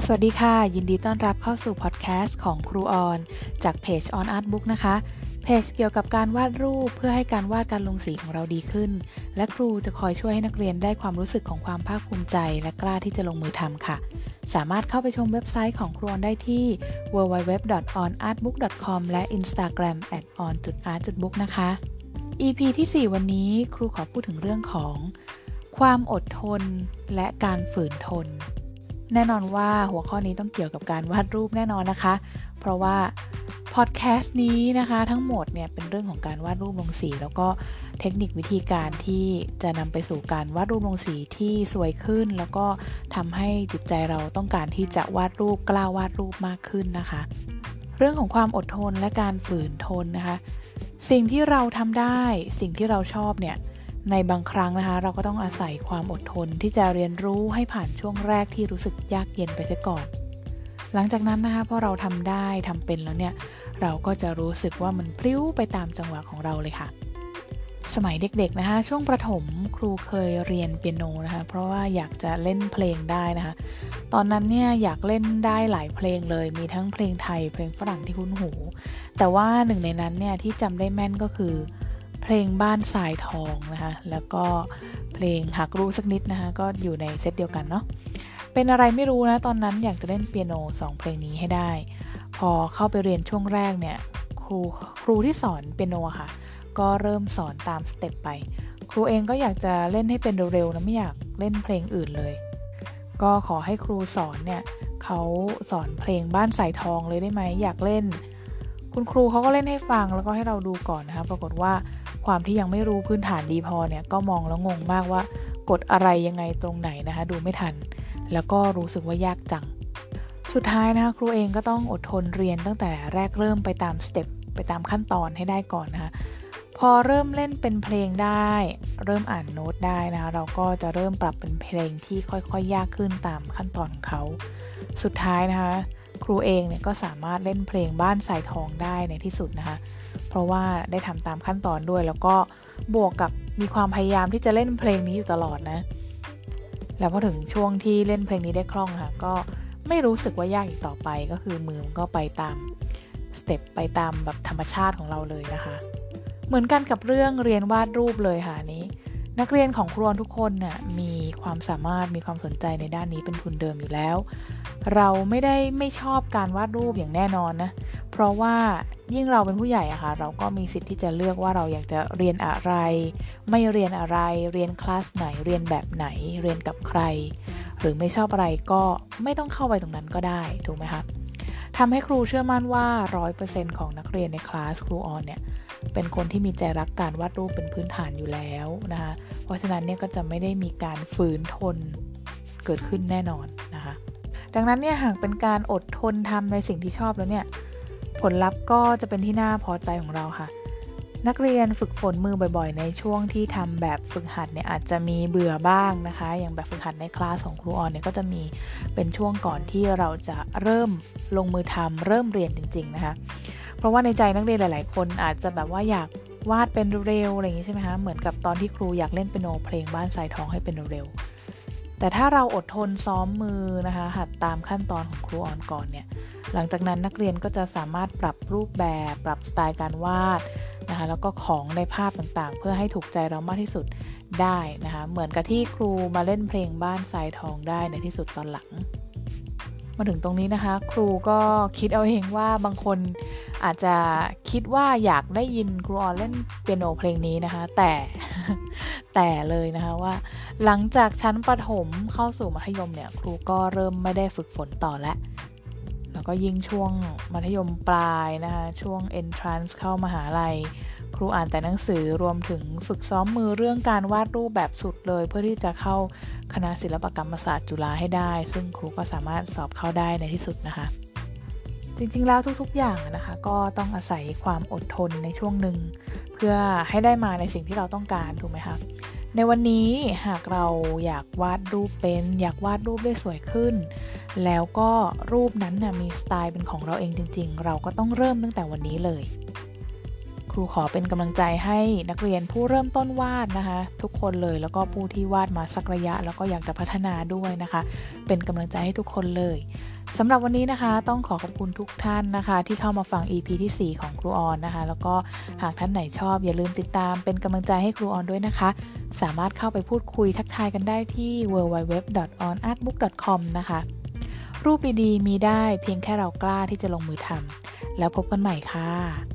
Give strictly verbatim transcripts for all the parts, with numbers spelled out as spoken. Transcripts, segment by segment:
สวัสดีค่ะยินดีต้อนรับเข้าสู่พอดแคสต์ของครูออนจากเพจ On Art Book นะคะเพจเกี่ยวกับการวาดรูปเพื่อให้การวาดการลงสีของเราดีขึ้นและครูจะคอยช่วยให้นักเรียนได้ความรู้สึกของความภาคภูมิใจและกล้าที่จะลงมือทำค่ะสามารถเข้าไปชมเว็บไซต์ของครูออนได้ที่ ดับเบิลยู ดับเบิลยู ดับเบิลยู ดอท ออน อาร์ตบุ๊ก ดอท คอม และ Instagram แอท ออน ดอท อาร์ต บุ๊ก นะคะ อี พี ที่สี่วันนี้ครูขอพูดถึงเรื่องของความอดทนและการฝืนทนแน่นอนว่าหัวข้อนี้ต้องเกี่ยวกับการวาดรูปแน่นอนนะคะเพราะว่าพอดแคสต์นี้นะคะทั้งหมดเนี่ยเป็นเรื่องของการวาดรูปลงสีแล้วก็เทคนิควิธีการที่จะนำไปสู่การวาดรูปลงสีที่สวยขึ้นแล้วก็ทำให้จิตใจเราต้องการที่จะวาดรูปกล้าวาดรูปมากขึ้นนะคะเรื่องของความอดทนและการฝืนทนนะคะสิ่งที่เราทำได้สิ่งที่เราชอบเนี่ยในบางครั้งนะคะเราก็ต้องอาศัยความอดทนที่จะเรียนรู้ให้ผ่านช่วงแรกที่รู้สึกยากเย็นไปเสียก่อนหลังจากนั้นนะคะพอเราทำได้ทำเป็นแล้วเนี่ยเราก็จะรู้สึกว่ามันพลิ้วไปตามจังหวะของเราเลยค่ะสมัยเด็กๆนะคะช่วงประถมครูเคยเรียนเปียโนนะคะเพราะว่าอยากจะเล่นเพลงได้นะคะตอนนั้นเนี่ยอยากเล่นได้หลายเพลงเลยมีทั้งเพลงไทยเพลงฝรั่งที่คุ้นหูแต่ว่าหนึ่งในนั้นเนี่ยที่จำได้แม่นก็คือเพลงบ้านทรายทองนะคะแล้วก็เพลงหากรู้สักนิดนะคะก็อยู่ในเซตเดียวกันเนาะเป็นอะไรไม่รู้นะตอนนั้นอยากจะเล่นเปียโนสองเพลงนี้ให้ได้พอเข้าไปเรียนช่วงแรกเนี่ยครูครูที่สอนเปียโนค่ะก็เริ่มสอนตามสเต็ปไปครูเองก็อยากจะเล่นให้เป็นเร็วๆนะไม่อยากเล่นเพลงอื่นเลยก็ขอให้ครูสอนเนี่ยเขาสอนเพลงบ้านทรายทองเลยได้ไหมอยากเล่นคุณครูเขาก็เล่นให้ฟังแล้วก็ให้เราดูก่อนนะคะปรากฏว่าความที่ยังไม่รู้พื้นฐานดีพอเนี่ยก็มองแล้วงงมากว่ากดอะไรยังไงตรงไหนนะคะดูไม่ทันแล้วก็รู้สึกว่ายากจังสุดท้ายนะคะครูเองก็ต้องอดทนเรียนตั้งแต่แรกเริ่มไปตามสเต็ปไปตามขั้นตอนให้ได้ก่อนนะคะพอเริ่มเล่นเป็นเพลงได้เริ่มอ่านโน้ตได้นะคะเราก็จะเริ่มปรับเป็นเพลงที่ค่อยๆยากขึ้นตามขั้นตอนของเขาสุดท้ายนะคะครูเองเนี่ยก็สามารถเล่นเพลงบ้านทรายทองได้ในที่สุดนะคะเพราะว่าได้ทำตามขั้นตอนด้วยแล้วก็บวกกับมีความพยายามที่จะเล่นเพลงนี้อยู่ตลอดนะแล้วพอถึงช่วงที่เล่นเพลงนี้ได้คล่องค่ะก็ไม่รู้สึกว่ายากอีกต่อไปก็คือมือมันก็ไปตามสเต็ปไปตามแบบธรรมชาติของเราเลยนะคะเหมือนกันกับเรื่องเรียนวาดรูปเลยค่ะนี้นักเรียนของครูออนทุกคนน่ะมีความสามารถมีความสนใจในด้านนี้เป็นทุนเดิมอยู่แล้วเราไม่ได้ไม่ชอบการวาดรูปอย่างแน่นอนนะเพราะว่ายิ่งเราเป็นผู้ใหญ่อะค่ะเราก็มีสิทธิ์ที่จะเลือกว่าเราอยากจะเรียนอะไรไม่เรียนอะไรเรียนคลาสไหนเรียนแบบไหนเรียนกับใครหรือไม่ชอบอะไรก็ไม่ต้องเข้าไปตรงนั้นก็ได้ถูกไหมคะทำให้ครูเชื่อมั่นว่า ร้อยเปอร์เซ็นต์ ของนักเรียนในคลาสครูออนเนี่ยเป็นคนที่มีใจรักการวาดรูปเป็นพื้นฐานอยู่แล้วนะคะเพราะฉะนั้นเนี่ยก็จะไม่ได้มีการฝืนทนเกิดขึ้นแน่นอนนะคะดังนั้นเนี่ยหากเป็นการอดทนทำในสิ่งที่ชอบแล้วเนี่ยผลลัพธ์ก็จะเป็นที่น่าพอใจของเราค่ะนักเรียนฝึกฝนมือบ่อยๆในช่วงที่ทำแบบฝึกหัดเนี่ยอาจจะมีเบื่อบ้างนะคะอย่างแบบฝึกหัดในคลาสของครูออนเนี่ยก็จะมีเป็นช่วงก่อนที่เราจะเริ่มลงมือทำเริ่มเรียนจริงๆนะคะเพราะว่าในใจนักเรียนหลายๆคนอาจจะแบบว่าอยากวาดเป็นเร็วอะไรอย่างนี้ใช่ไหมคะเหมือนกับตอนที่ครูอยากเล่นเปียโนเพลงบ้านทรายทองให้เป็นเร็วแต่ถ้าเราอดทนซ้อมมือนะคะหัดตามขั้นตอนของครูออนก่อนเนี่ยหลังจากนั้นนักเรียนก็จะสามารถปรับรูปแบบปรับสไตล์การวาดนะคะแล้วก็ของในภาพต่างๆเพื่อให้ถูกใจเรามากที่สุดได้นะคะเหมือนกับที่ครูมาเล่นเพลงบ้านทรายทองได้ในที่สุดตอนหลังมาถึงตรงนี้นะคะครูก็คิดเอาเองว่าบางคนอาจจะคิดว่าอยากได้ยินครูออนเล่นเปียโนเพลงนี้นะคะแต่แต่เลยนะคะว่าหลังจากชั้นประถมเข้าสู่มัธยมเนี่ยครูก็เริ่มไม่ได้ฝึกฝนต่อแล้วแล้วก็ยิ่งช่วงมัธยมปลายนะคะช่วง entrance เข้ามหาลัยครูอ่านแต่หนังสือรวมถึงฝึกซ้อมมือเรื่องการวาดรูปแบบสุดเลยเพื่อที่จะเข้าคณะศิลปกรรมศาสตร์จุฬาให้ได้ซึ่งครูก็สามารถสอบเข้าได้ในที่สุดนะคะจริงๆแล้วทุกๆอย่างนะคะก็ต้องอาศัยความอดทนในช่วงหนึ่งเพื่อให้ได้มาในสิ่งที่เราต้องการถูกไหมคะในวันนี้หากเราอยากวาดรูปเป็นอยากวาดรูปได้สวยขึ้นแล้วก็รูปนั้นนะมีสไตล์เป็นของเราเองจริงๆเราก็ต้องเริ่มตั้งแต่วันนี้เลยครูรูขอเป็นกำลังใจให้นักเรียนผู้เริ่มต้นวาดนะคะทุกคนเลยแล้วก็ผู้ที่วาดมาสักระยะแล้วก็อยากจะพัฒนาด้วยนะคะเป็นกำลังใจให้ทุกคนเลยสำหรับวันนี้นะคะต้องขอขอบคุณทุกท่านนะคะที่เข้ามาฟัง อี พี ที่สี่ของครูออนนะคะแล้วก็หากท่านไหนชอบอย่าลืมติดตามเป็นกำลังใจให้ครูออนด้วยนะคะสามารถเข้าไปพูดคุยทักทายกันได้ที่ ดับเบิลยู ดับเบิลยู ดับเบิลยู ดอท ออน อาร์ตบุ๊ก ดอท คอม นะคะรูปดีๆมีได้เพียงแค่เรากล้าที่จะลงมือทำแล้วพบกันใหม่ค่ะ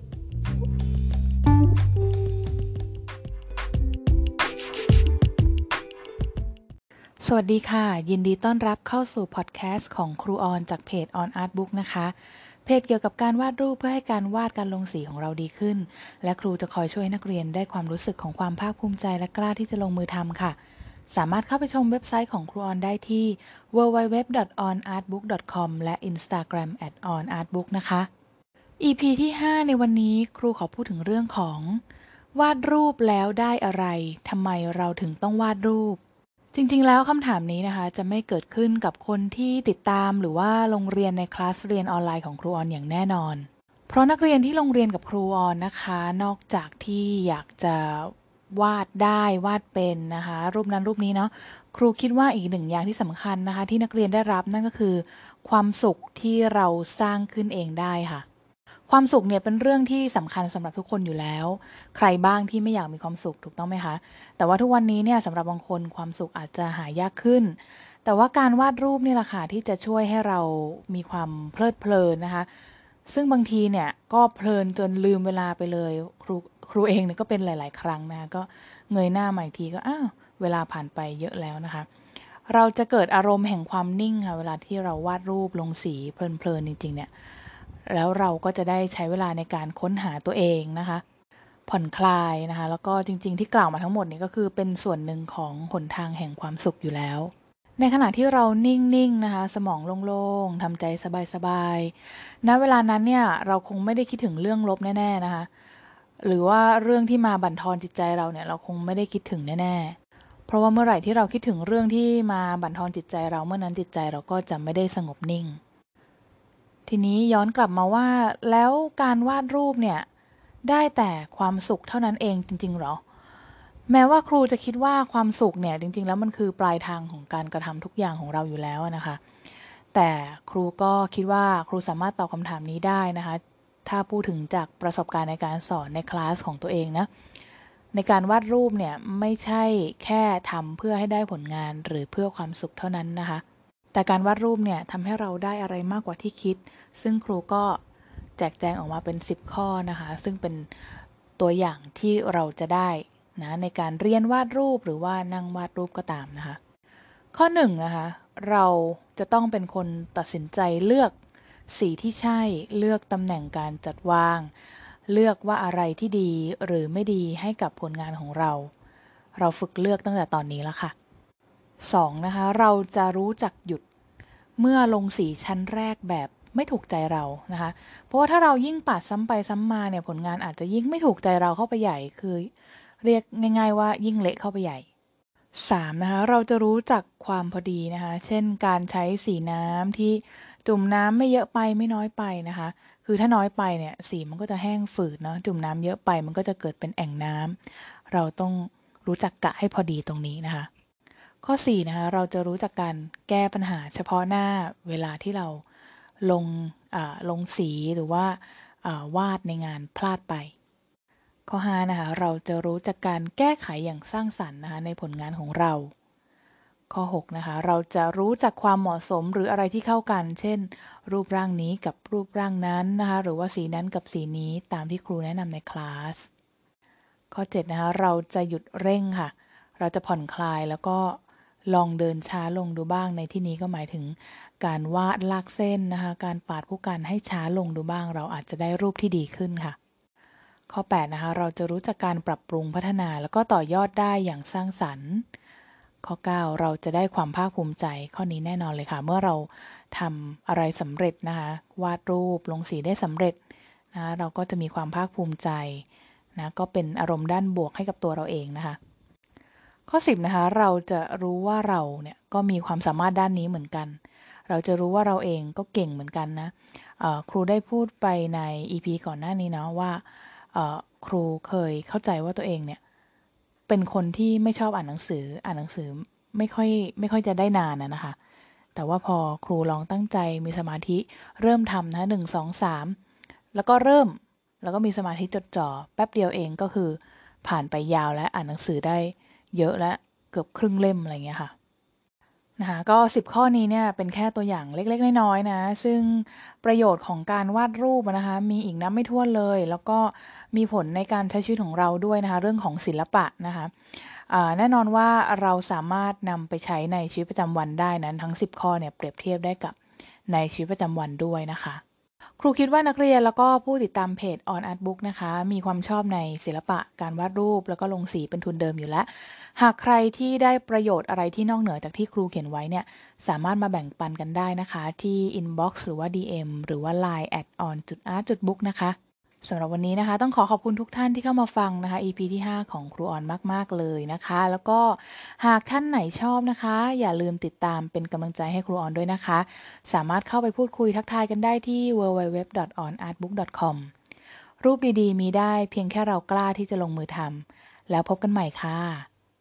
สวัสดีค่ะยินดีต้อนรับเข้าสู่พอดแคสต์ของครูออนจากเพจ On Art Book นะคะเพจเกี่ยวกับการวาดรูปเพื่อให้การวาดการลงสีของเราดีขึ้นและครูจะคอยช่วยนักเรียนได้ความรู้สึกของความภาคภูมิใจและกล้าที่จะลงมือทำค่ะสามารถเข้าไปชมเว็บไซต์ของครูออนได้ที่ ดับเบิลยู ดับเบิลยู ดับเบิลยู ดอท ออน อาร์ตบุ๊ก ดอท คอม และ Instagram แอท ออน อาร์ตบุ๊ก นะคะ อี พี ที่ห้าในวันนี้ครูขอพูดถึงเรื่องของวาดรูปแล้วได้อะไรทำไมเราถึงต้องวาดรูปจริงๆแล้วคำถามนี้นะคะจะไม่เกิดขึ้นกับคนที่ติดตามหรือว่าลงเรียนในคลาสเรียนออนไลน์ของครูออนอย่างแน่นอนเพราะนักเรียนที่ลงเรียนกับครูออนนะคะนอกจากที่อยากจะวาดได้วาดเป็นนะคะรูปนั้นรูปนี้เนาะครูคิดว่าอีกหนึ่งอย่างที่สำคัญนะคะที่นักเรียนได้รับนั่นก็คือความสุขที่เราสร้างขึ้นเองได้ค่ะความสุขเนี่ยเป็นเรื่องที่สำคัญสำหรับทุกคนอยู่แล้วใครบ้างที่ไม่อยากมีความสุขถูกต้องไหมคะแต่ว่าทุกวันนี้เนี่ยสำหรับบางคนความสุขอาจจะหายากขึ้นแต่ว่าการวาดรูปนี่แหละค่ะที่จะช่วยให้เรามีความเพลิดเพลินนะคะซึ่งบางทีเนี่ยก็เพลินจนลืมเวลาไปเลยครูครูเองเนี่ยก็เป็นหลายๆครั้งนะคะก็เงยหน้ามาอีกทีก็อ้าวเวลาผ่านไปเยอะแล้วนะคะเราจะเกิดอารมณ์แห่งความนิ่งค่ะเวลาที่เราวาดรูปลงสีเพลินๆจริงๆเนี่ยแล้วเราก็จะได้ใช้เวลาในการค้นหาตัวเองนะคะผ่อนคลายนะคะแล้วก็จริงๆที่กล่าวมาทั้งหมดนี้ก็คือเป็นส่วนหนึ่งของหนทางแห่งความสุขอยู่แล้วในขณะที่เรานิ่งๆนะคะสมองโล่งๆทำใจสบายๆณเวลานั้นเนี่ยเราคงไม่ได้คิดถึงเรื่องลบแน่ๆนะคะหรือว่าเรื่องที่มาบั่นทอนจิตใจเราเนี่ยเราคงไม่ได้คิดถึงแน่ๆเพราะว่าเมื่อไหร่ที่เราคิดถึงเรื่องที่มาบั่นทอนจิตใจเราเมื่อนั้นจิตใจเราก็จะไม่ได้สงบนิ่งทีนี้ย้อนกลับมาว่าแล้วการวาดรูปเนี่ยได้แต่ความสุขเท่านั้นเองจริงๆหรอแม้ว่าครูจะคิดว่าความสุขเนี่ยจริงๆแล้วมันคือปลายทางของการกระทำทุกอย่างของเราอยู่แล้วนะคะแต่ครูก็คิดว่าครูสามารถตอบคำถามนี้ได้นะคะถ้าพูดถึงจากประสบการณ์ในการสอนในคลาสของตัวเองนะในการวาดรูปเนี่ยไม่ใช่แค่ทำเพื่อให้ได้ผลงานหรือเพื่อความสุขเท่านั้นนะคะแต่การวาดรูปเนี่ยทำให้เราได้อะไรมากกว่าที่คิดซึ่งครูก็แจกแจงออกมาเป็นสิบข้อนะคะซึ่งเป็นตัวอย่างที่เราจะได้นะในการเรียนวาดรูปหรือว่านั่งวาดรูปก็ตามนะคะข้อหนึ่งนะคะเราจะต้องเป็นคนตัดสินใจเลือกสีที่ใช่เลือกตำแหน่งการจัดวางเลือกว่าอะไรที่ดีหรือไม่ดีให้กับผลงานของเราเราฝึกเลือกตั้งแต่ตอนนี้แล้วค่ะสองนะคะเราจะรู้จักหยุดเมื่อลงสีชั้นแรกแบบไม่ถูกใจเรานะคะเพราะว่าถ้าเรายิ่งปาดซ้ำไปซ้ำมาเนี่ยผลงานอาจจะยิ่งไม่ถูกใจเราเข้าไปใหญ่คือเรียกง่ายๆว่ายิ่งเละเข้าไปใหญ่สามนะคะเราจะรู้จักความพอดีนะคะเช่นการใช้สีน้ำที่จุ่มน้ำไม่เยอะไปไม่น้อยไปนะคะคือถ้าน้อยไปเนี่ยสีมันก็จะแห้งฝืดเนาะจุ่มน้ำเยอะไปมันก็จะเกิดเป็นแอ่งน้ำเราต้องรู้จักกะให้พอดีตรงนี้นะคะข้อสี่นะคะเราจะรู้จักการแก้ปัญหาเฉพาะหน้าเวลาที่เราลงลงสีหรือว่าวาดในงานพลาดไปข้อห้านะคะเราจะรู้จักการแก้ไขอย่างสร้างสรรค์นะคะในผลงานของเราข้อหกนะคะเราจะรู้จักความเหมาะสมหรืออะไรที่เข้ากันเช่นรูปร่างนี้กับรูปร่างนั้นนะคะหรือว่าสีนั้นกับสีนี้ตามที่ครูแนะนำในคลาสข้อเจ็ดนะคะเราจะหยุดเร่งค่ะเราจะผ่อนคลายแล้วก็ลองเดินช้าลงดูบ้างในที่นี้ก็หมายถึงการวาดลากเส้นนะคะการปาดผู้กันให้ช้าลงดูบ้างเราอาจจะได้รูปที่ดีขึ้นค่ะข้อแปดนะคะเราจะรู้จักการปรับปรุงพัฒนาแล้วก็ต่อยอดได้อย่างสร้างสรรค์ข้อเก้าเราจะได้ความภาคภูมิใจข้อนี้แน่นอนเลยค่ะเมื่อเราทำอะไรสำเร็จนะคะวาดรูปลงสีได้สำเร็จนะเราก็จะมีความภาคภูมิใจนะก็เป็นอารมณ์ด้านบวกให้กับตัวเราเองนะคะข้อสิบนะคะเราจะรู้ว่าเราเนี่ยก็มีความสามารถด้านนี้เหมือนกันเราจะรู้ว่าเราเองก็เก่งเหมือนกันนะครูได้พูดไปใน อี พี ก่อนหน้านี้เนาะว่าครูเคยเข้าใจว่าตัวเองเนี่ยเป็นคนที่ไม่ชอบอ่านหนังสืออ่านหนังสือไม่ค่อยไม่ค่อยจะได้นานนะคะแต่ว่าพอครูลองตั้งใจมีสมาธิเริ่มทำนะหนึ่งสองสามแล้วก็เริ่มแล้วก็มีสมาธิจดจ่อแป๊บเดียวเองก็คือผ่านไปยาวและอ่านหนังสือได้เยอะและเกือบครึ่งเล่มอะไรเงี้ยค่ะนะคะก็สิบข้อนี้เนี่ยเป็นแค่ตัวอย่างเล็กๆน้อยๆนะซึ่งประโยชน์ของการวาดรูปนะคะมีอีกนับไม่ถ้วนเลยแล้วก็มีผลในการใช้ชีวิตของเราด้วยนะคะเรื่องของศิลปะนะคะแน่นอนว่าเราสามารถนำไปใช้ในชีวิตประจำวันได้นั้นทั้งสิบข้อเนี่ยเปรียบเทียบได้กับในชีวิตประจำวันด้วยนะคะครูคิดว่านักเรียนแล้วก็ผู้ติดตามเพจ On Art Book นะคะมีความชอบในศิลปะการวาดรูปแล้วก็ลงสีเป็นทุนเดิมอยู่แล้วหากใครที่ได้ประโยชน์อะไรที่นอกเหนือจากที่ครูเขียนไว้เนี่ยสามารถมาแบ่งปันกันได้นะคะที่ Inbox หรือว่า ดี เอ็ม หรือว่า ไลน์ แอท ออน อาร์ต บุ๊ก นะคะสำหรับวันนี้นะคะต้องขอขอบคุณทุกท่านที่เข้ามาฟังนะคะ อี พี ที่ห้าของครูออนมากๆเลยนะคะแล้วก็หากท่านไหนชอบนะคะอย่าลืมติดตามเป็นกำลังใจให้ครูออนด้วยนะคะสามารถเข้าไปพูดคุยทักทายกันได้ที่ ดับเบิลยู ดับเบิลยู ดับเบิลยู ดอท ออน อาร์ตบุ๊ก ดอท คอม รูปดีๆมีได้เพียงแค่เรากล้าที่จะลงมือทำแล้วพบกันใหม่ค่ะ